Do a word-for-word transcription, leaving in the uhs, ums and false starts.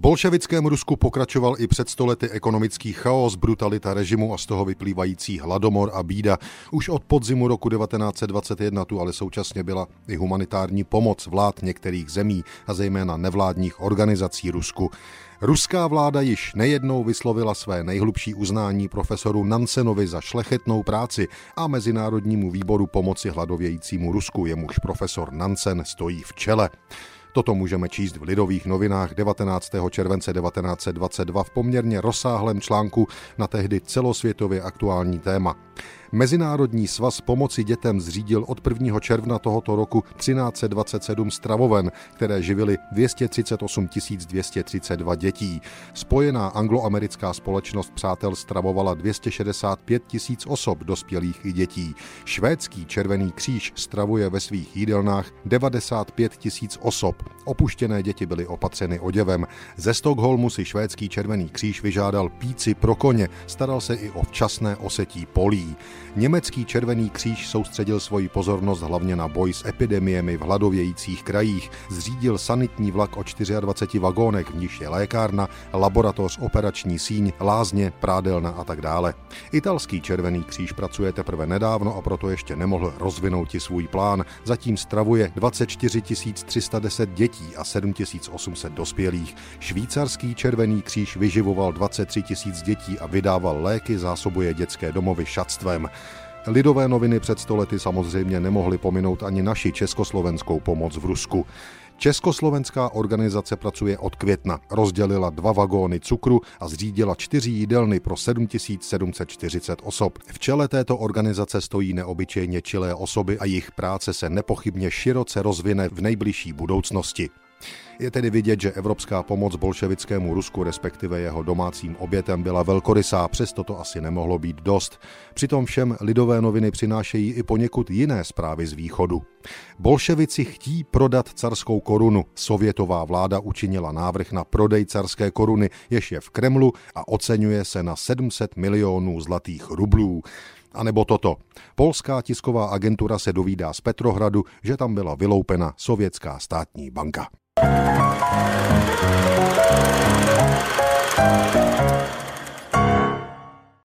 bolševickém Rusku pokračoval i před sto lety ekonomický chaos, brutalita režimu a z toho vyplývající hladomor a bída. Už od podzimu roku devatenáct set dvacet jedna tu ale současně byla i humanitární pomoc vlád některých zemí a zejména nevládních organizací Rusku. Ruská vláda již nejednou vyslovila své nejhlubší uznání profesoru Nansenovi za šlechetnou práci a Mezinárodnímu výboru pomoci hladovějícímu Rusku, jemuž profesor Nansen stojí v čele. Toto můžeme číst v Lidových novinách devatenáctého července devatenáct set dvacet dva v poměrně rozsáhlém článku na tehdy celosvětově aktuální téma. Mezinárodní svaz pomoci dětem zřídil od prvního června tohoto roku třináct set dvacet sedm stravoven, které živily dvě stě třicet osm tisíc dvě stě třicet dva dětí. Spojená angloamerická společnost přátel stravovala dvě stě šedesát pět tisíc osob, dospělých i dětí. Švédský Červený kříž stravuje ve svých jídelnách devadesát pět tisíc osob. Opuštěné děti byly opatřeny oděvem. Ze Stockholmu si švédský Červený kříž vyžádal píci pro koně, staral se i o včasné osetí polí. Německý Červený kříž soustředil svoji pozornost hlavně na boj s epidemiemi v hladovějících krajích. Zřídil sanitní vlak o dvaceti čtyřech vagónech, v níž je lékárna, laboratoř, operační síň, lázně, prádelna a tak dále. Italský Červený kříž pracuje teprve nedávno a proto ještě nemohl rozvinout i svůj plán. Zatím stravuje dvacet čtyři tisíc tři sta deset dětí a sedm tisíc osm set dospělých. Švýcarský Červený kříž vyživoval dvacet tři tisíc dětí a vydával léky, zásobuje dětské domovy šatstvem. Lidové noviny před sto lety samozřejmě nemohly pominout ani naši československou pomoc v Rusku. Československá organizace pracuje od května, rozdělila dva vagóny cukru a zřídila čtyři jídelny pro sedm tisíc sedm set čtyřicet osob. V čele této organizace stojí neobyčejně čilé osoby a jejich práce se nepochybně široce rozvine v nejbližší budoucnosti. Je tedy vidět, že evropská pomoc bolševickému Rusku, respektive jeho domácím obětem, byla velkorysá, přesto to asi nemohlo být dost. Přitom všem Lidové noviny přinášejí i poněkud jiné zprávy z východu. Bolševici chtí prodat carskou korunu. Sovětová vláda učinila návrh na prodej carské koruny, jež je v Kremlu a oceňuje se na sedm set milionů zlatých rublů. A nebo toto. Polská tisková agentura se dovídá z Petrohradu, že tam byla vyloupena sovětská státní banka.